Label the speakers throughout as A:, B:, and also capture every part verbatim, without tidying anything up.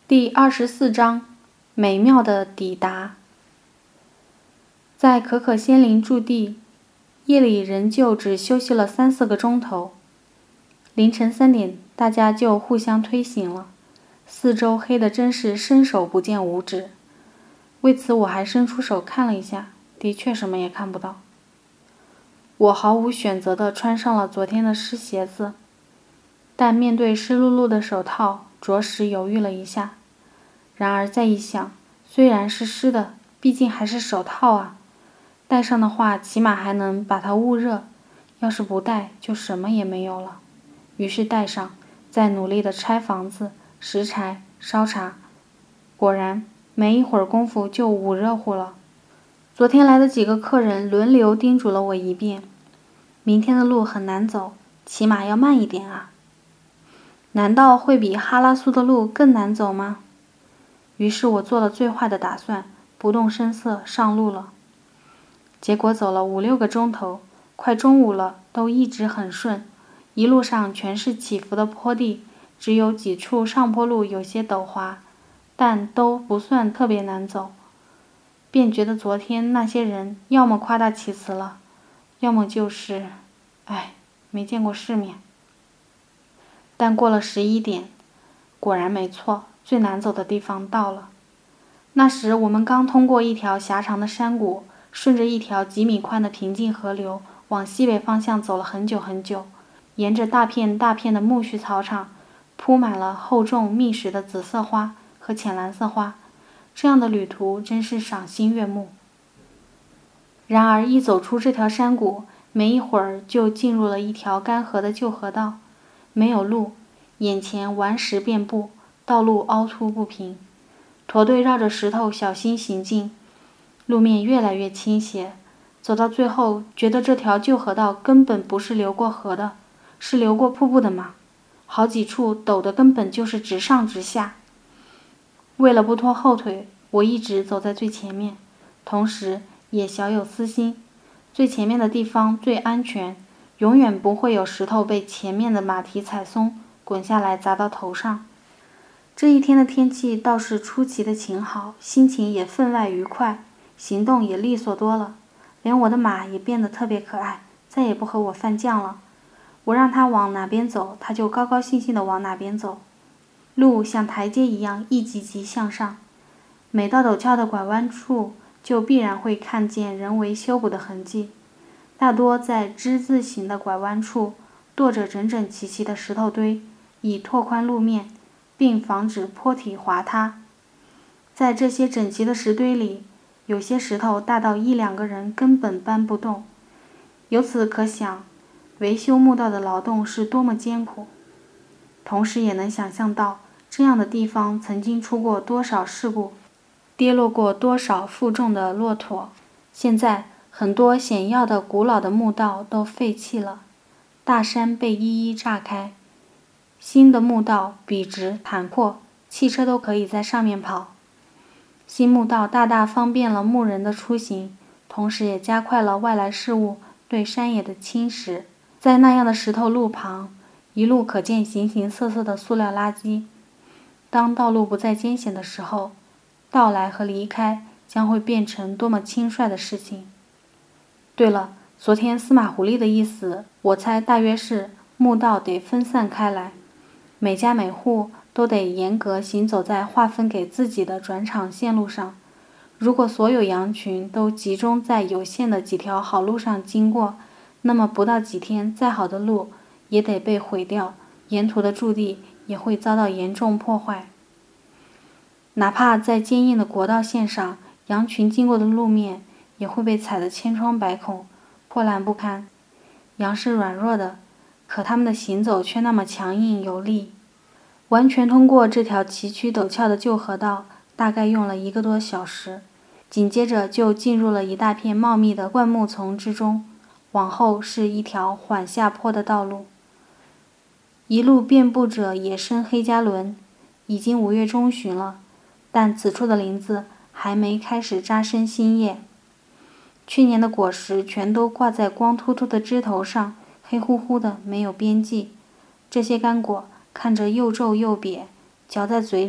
A: 第二十四章，美妙的抵达。在可可仙林驻地，夜里仍旧只休息了三四个钟头。凌晨三点，大家就互相推醒了，四周黑得真是伸手不见五指。为此我还伸出手看了一下，的确什么也看不到。我毫无选择地穿上了昨天的湿鞋子，但面对湿漉漉的手套，着实犹豫了一下。然而再一想，虽然是湿的，毕竟还是手套啊，戴上的话起码还能把它捂热，要是不戴就什么也没有了。于是戴上，再努力地拆房子、拾柴、烧茶。果然没一会儿功夫就捂热乎了。昨天来的几个客人轮流叮嘱了我一遍，明天的路很难走，起码要慢一点啊。难道会比哈拉苏的路更难走吗？于是我做了最坏的打算，不动声色上路了。结果走了五六个钟头，快中午了，都一直很顺，一路上全是起伏的坡地，只有几处上坡路有些陡滑，但都不算特别难走。便觉得昨天那些人要么夸大其词了，要么就是，唉，没见过世面。但过了十一点，果然没错，最难走的地方到了。那时我们刚通过一条狭长的山谷，顺着一条几米宽的平静河流往西北方向走了很久很久，沿着大片大片的苜蓿草场，铺满了厚重密实的紫色花和浅蓝色花，这样的旅途真是赏心悦目。然而一走出这条山谷，没一会儿就进入了一条干涸的旧河道，没有路，眼前顽石遍布，道路凹凸不平，驼队绕着石头小心行进，路面越来越倾斜，走到最后觉得这条旧河道根本不是流过河的，是流过瀑布的嘛，好几处陡的根本就是直上直下。为了不拖后腿，我一直走在最前面，同时也小有私心，最前面的地方最安全，永远不会有石头被前面的马蹄踩松，滚下来砸到头上。这一天的天气倒是出奇的晴好，心情也分外愉快，行动也利索多了，连我的马也变得特别可爱，再也不和我犯犟了。我让它往哪边走，它就高高兴兴地往哪边走。路像台阶一样一级级向上，每到陡峭的拐弯处就必然会看见人为修补的痕迹，大多在之字形的拐弯处垛着整整齐齐的石头堆，以拓宽路面，并防止坡体滑塌。在这些整齐的石堆里，有些石头大到一两个人根本搬不动，由此可想维修墓道的劳动是多么艰苦，同时也能想象到这样的地方曾经出过多少事故，跌落过多少负重的骆驼。现在很多险要的古老的墓道都废弃了，大山被一一炸开，新的墓道笔直坦阔，汽车都可以在上面跑。新墓道大大方便了牧人的出行，同时也加快了外来事物对山野的侵蚀。在那样的石头路旁，一路可见形形色色的塑料垃圾。当道路不再艰险的时候，到来和离开将会变成多么轻率的事情。对了，昨天司马狐狸的意思，我猜大约是墓道得分散开来，每家每户都得严格行走在划分给自己的转场线路上。如果所有羊群都集中在有限的几条好路上经过，那么不到几天，再好的路也得被毁掉，沿途的驻地也会遭到严重破坏。哪怕在坚硬的国道线上，羊群经过的路面也会被踩得千疮百孔，破烂不堪。羊是软弱的，可它们的行走却那么强硬有力。完全通过这条崎岖陡峭的旧河道，大概用了一个多小时，紧接着就进入了一大片茂密的灌木丛之中，往后是一条缓下坡的道路，一路遍布着野生黑加仑。已经五月中旬了，但此处的林子还没开始扎生新叶，去年的果实全都挂在光秃秃的枝头上，黑乎乎的，没有边际。这些干果看着又皱又瘪，嚼在嘴里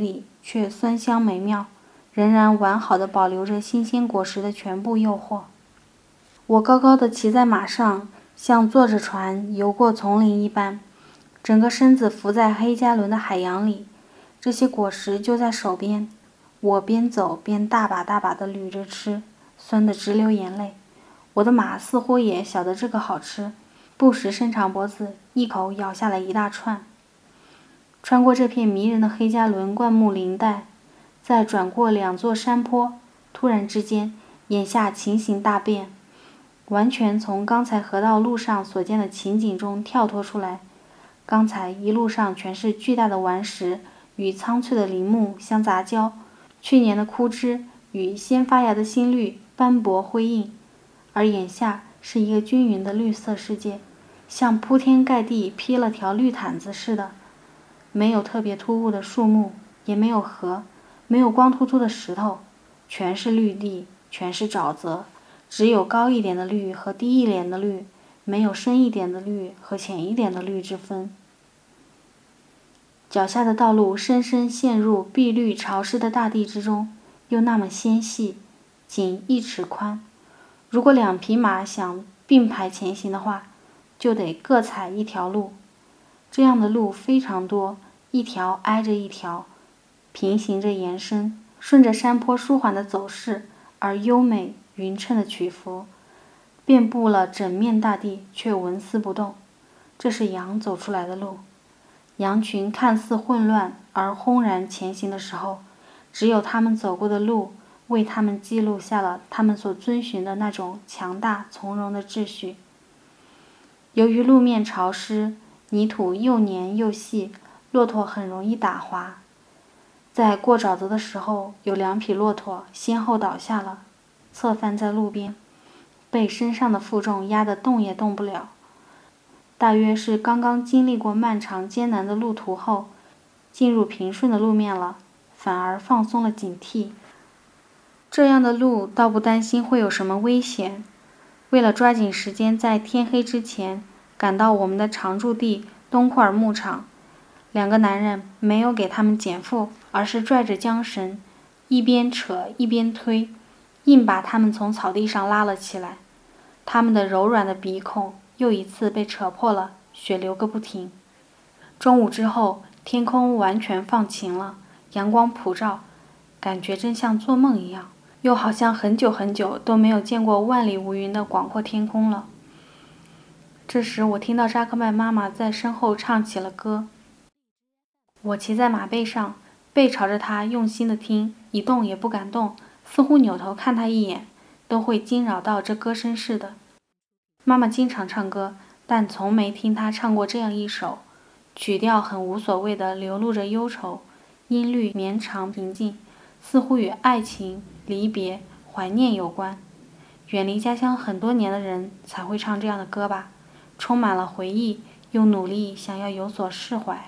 A: 却酸香美妙，仍然完好地保留着新鲜果实的全部诱惑。我高高地骑在马上，像坐着船游过丛林一般，整个身子浮在黑加仑的海洋里，这些果实就在手边，我边走边大把大把地捋着吃，酸得直流眼泪。我的马似乎也晓得这个好吃，不时伸长脖子，一口咬下来一大串。穿过这片迷人的黑加仑灌木林带，再转过两座山坡，突然之间，眼下情形大变，完全从刚才河道路上所见的情景中跳脱出来。刚才一路上全是巨大的顽石与苍翠的林木相杂交，去年的枯枝与先发芽的新绿斑驳辉映，而眼下是一个均匀的绿色世界，像铺天盖地披了条绿毯子似的，没有特别突兀的树木，也没有河，没有光秃秃的石头，全是绿地，全是沼泽，只有高一点的绿和低一点的绿，没有深一点的绿和浅一点的绿之分。脚下的道路深深陷入碧绿潮湿的大地之中，又那么纤细，仅一尺宽。如果两匹马想并排前行的话，就得各踩一条路。这样的路非常多，一条挨着一条，平行着延伸，顺着山坡舒缓的走势而优美匀称的起伏，遍布了整面大地，却纹丝不动。这是羊走出来的路。羊群看似混乱而轰然前行的时候，只有他们走过的路为他们记录下了他们所遵循的那种强大从容的秩序。由于路面潮湿，泥土又黏又细，骆驼很容易打滑。在过沼泽的时候，有两匹骆驼先后倒下了，侧翻在路边，被身上的负重压得动也动不了。大约是刚刚经历过漫长艰难的路途后，进入平顺的路面了，反而放松了警惕。这样的路倒不担心会有什么危险。为了抓紧时间在天黑之前赶到我们的常驻地东库尔牧场，两个男人没有给他们减负，而是拽着缰绳，一边扯一边推，硬把他们从草地上拉了起来。他们的柔软的鼻孔又一次被扯破了，血流个不停。中午之后，天空完全放晴了，阳光普照，感觉真像做梦一样，又好像很久很久都没有见过万里无云的广阔天空了。这时我听到扎克麦妈妈在身后唱起了歌。我骑在马背上，背朝着她用心地听，一动也不敢动，似乎扭头看她一眼都会惊扰到这歌声似的。妈妈经常唱歌，但从没听她唱过这样一首，曲调很无所谓地流露着忧愁，音律绵长平静，似乎与爱情、离别、怀念有关。远离家乡很多年的人才会唱这样的歌吧，充满了回忆，又努力想要有所释怀。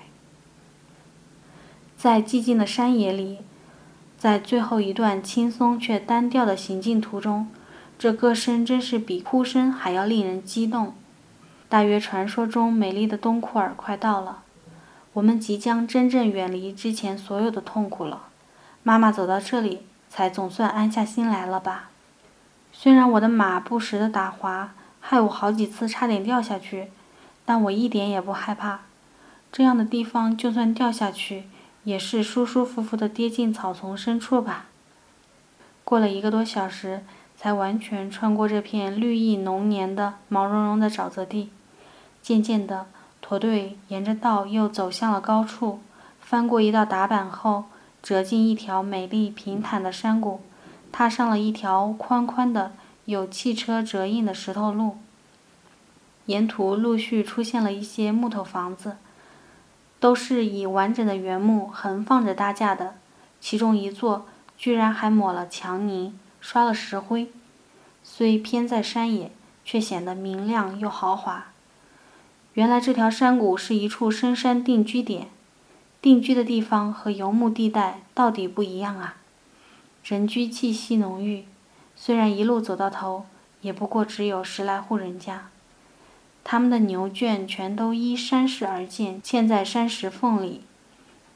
A: 在寂静的山野里，在最后一段轻松却单调的行进途中，这歌声真是比哭声还要令人激动。大约传说中美丽的东库尔快到了，我们即将真正远离之前所有的痛苦了。妈妈走到这里，才总算安下心来了吧。虽然我的马不时的打滑，害我好几次差点掉下去，但我一点也不害怕。这样的地方就算掉下去，也是舒舒服服地跌进草丛深处吧。过了一个多小时，才完全穿过这片绿意浓黏的毛茸茸的沼泽地。渐渐的，驼队沿着道又走向了高处，翻过一道打板后，折进一条美丽平坦的山谷，踏上了一条宽宽的有汽车折印的石头路。沿途陆续出现了一些木头房子，都是以完整的原木横放着搭架的，其中一座居然还抹了墙泥，刷了石灰，虽偏在山野，却显得明亮又豪华。原来这条山谷是一处深山定居点，定居的地方和游牧地带到底不一样啊，人居气息浓郁，虽然一路走到头，也不过只有十来户人家。他们的牛圈全都依山势而建，嵌在山石缝里。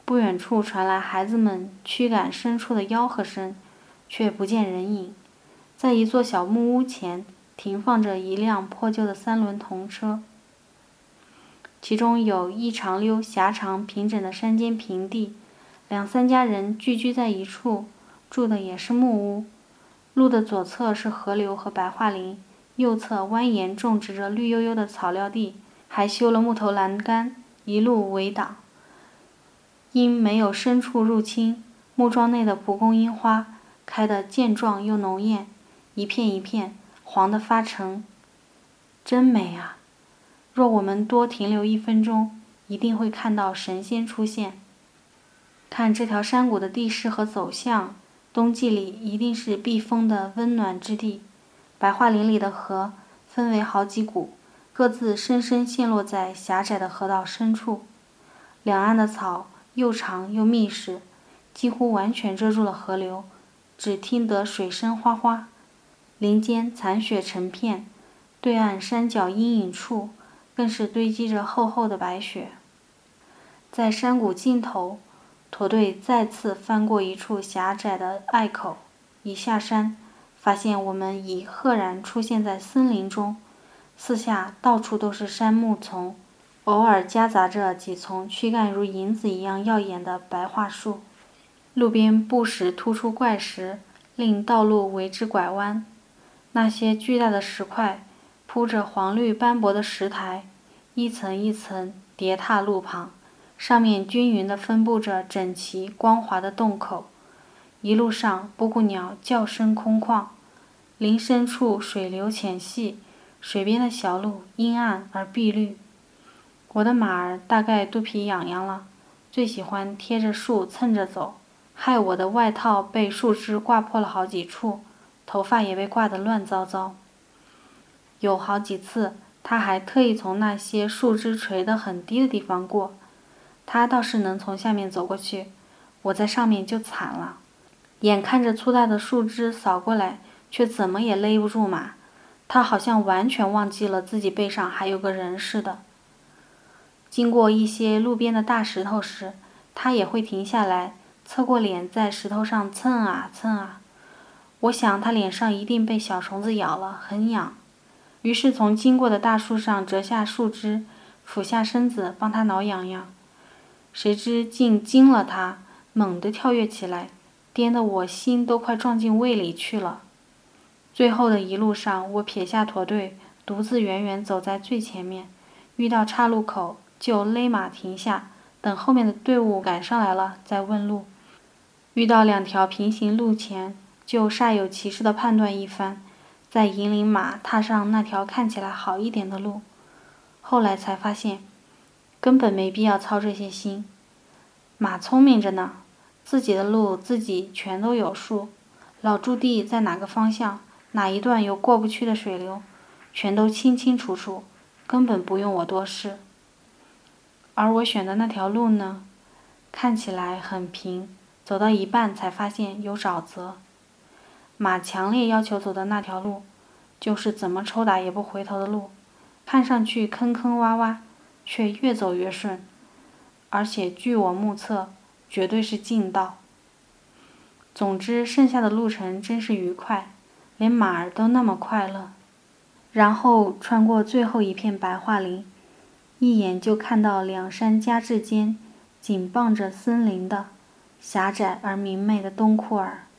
A: 不远处传来孩子们驱赶牲畜的吆喝声，却不见人影。在一座小木屋前停放着一辆破旧的三轮童车，其中有一长溜狭长平整的山间平地，两三家人聚居在一处，住的也是木屋。路的左侧是河流和白桦林，右侧蜿蜒种植着绿油油的草料地，还修了木头栏杆，一路围挡。因没有牲畜入侵，木桩内的蒲公英花开得健壮又浓艳，一片一片黄得发沉，真美啊！若我们多停留一分钟，一定会看到神仙出现。看这条山谷的地势和走向，冬季里一定是避风的温暖之地。白桦林里的河分为好几股，各自深深陷落在狭窄的河道深处，两岸的草又长又密实，几乎完全遮住了河流，只听得水声哗哗。林间残雪成片，对岸山脚阴影处更是堆积着厚厚的白雪。在山谷尽头，驼队再次翻过一处狭窄的隘口，一下山，发现我们已赫然出现在森林中，四下到处都是杉木丛，偶尔夹杂着几丛躯干如银子一样耀眼的白桦树。路边不时突出怪石，令道路为之拐弯。那些巨大的石块铺着黄绿斑驳的石台，一层一层叠踏路旁，上面均匀地分布着整齐光滑的洞口。一路上布谷鸟叫声空旷，林深处水流浅细，水边的小路阴暗而碧绿。我的马儿大概肚皮痒痒了，最喜欢贴着树蹭着走，害我的外套被树枝挂破了好几处，头发也被挂得乱糟糟。有好几次他还特意从那些树枝垂得很低的地方过，他倒是能从下面走过去，我在上面就惨了。眼看着粗大的树枝扫过来，却怎么也勒不住马，他好像完全忘记了自己背上还有个人似的。经过一些路边的大石头时，他也会停下来，侧过脸在石头上蹭啊蹭啊。我想他脸上一定被小虫子咬了，很痒。于是从经过的大树上折下树枝，俯下身子帮他挠痒痒。谁知竟惊了他，猛地跳跃起来，颠得我心都快撞进胃里去了。最后的一路上，我撇下驼队，独自远远走在最前面，遇到岔路口就勒马停下，等后面的队伍赶上来了再问路。遇到两条平行路前，就煞有其事地判断一番，再引领马踏上那条看起来好一点的路。后来才发现，根本没必要操这些心。马聪明着呢，自己的路自己全都有数，老驻地在哪个方向，哪一段有过不去的水流，全都清清楚楚，根本不用我多事。而我选的那条路呢，看起来很平，走到一半才发现有沼泽。马强烈要求走的那条路，就是怎么抽打也不回头的路，看上去坑坑洼洼，却越走越顺，而且据我目测，绝对是近道。总之，剩下的路程真是愉快，连马儿都那么快乐。然后穿过最后一片白桦林，一眼就看到两山夹峙间紧傍着森林的狭窄而明媚的东库尔。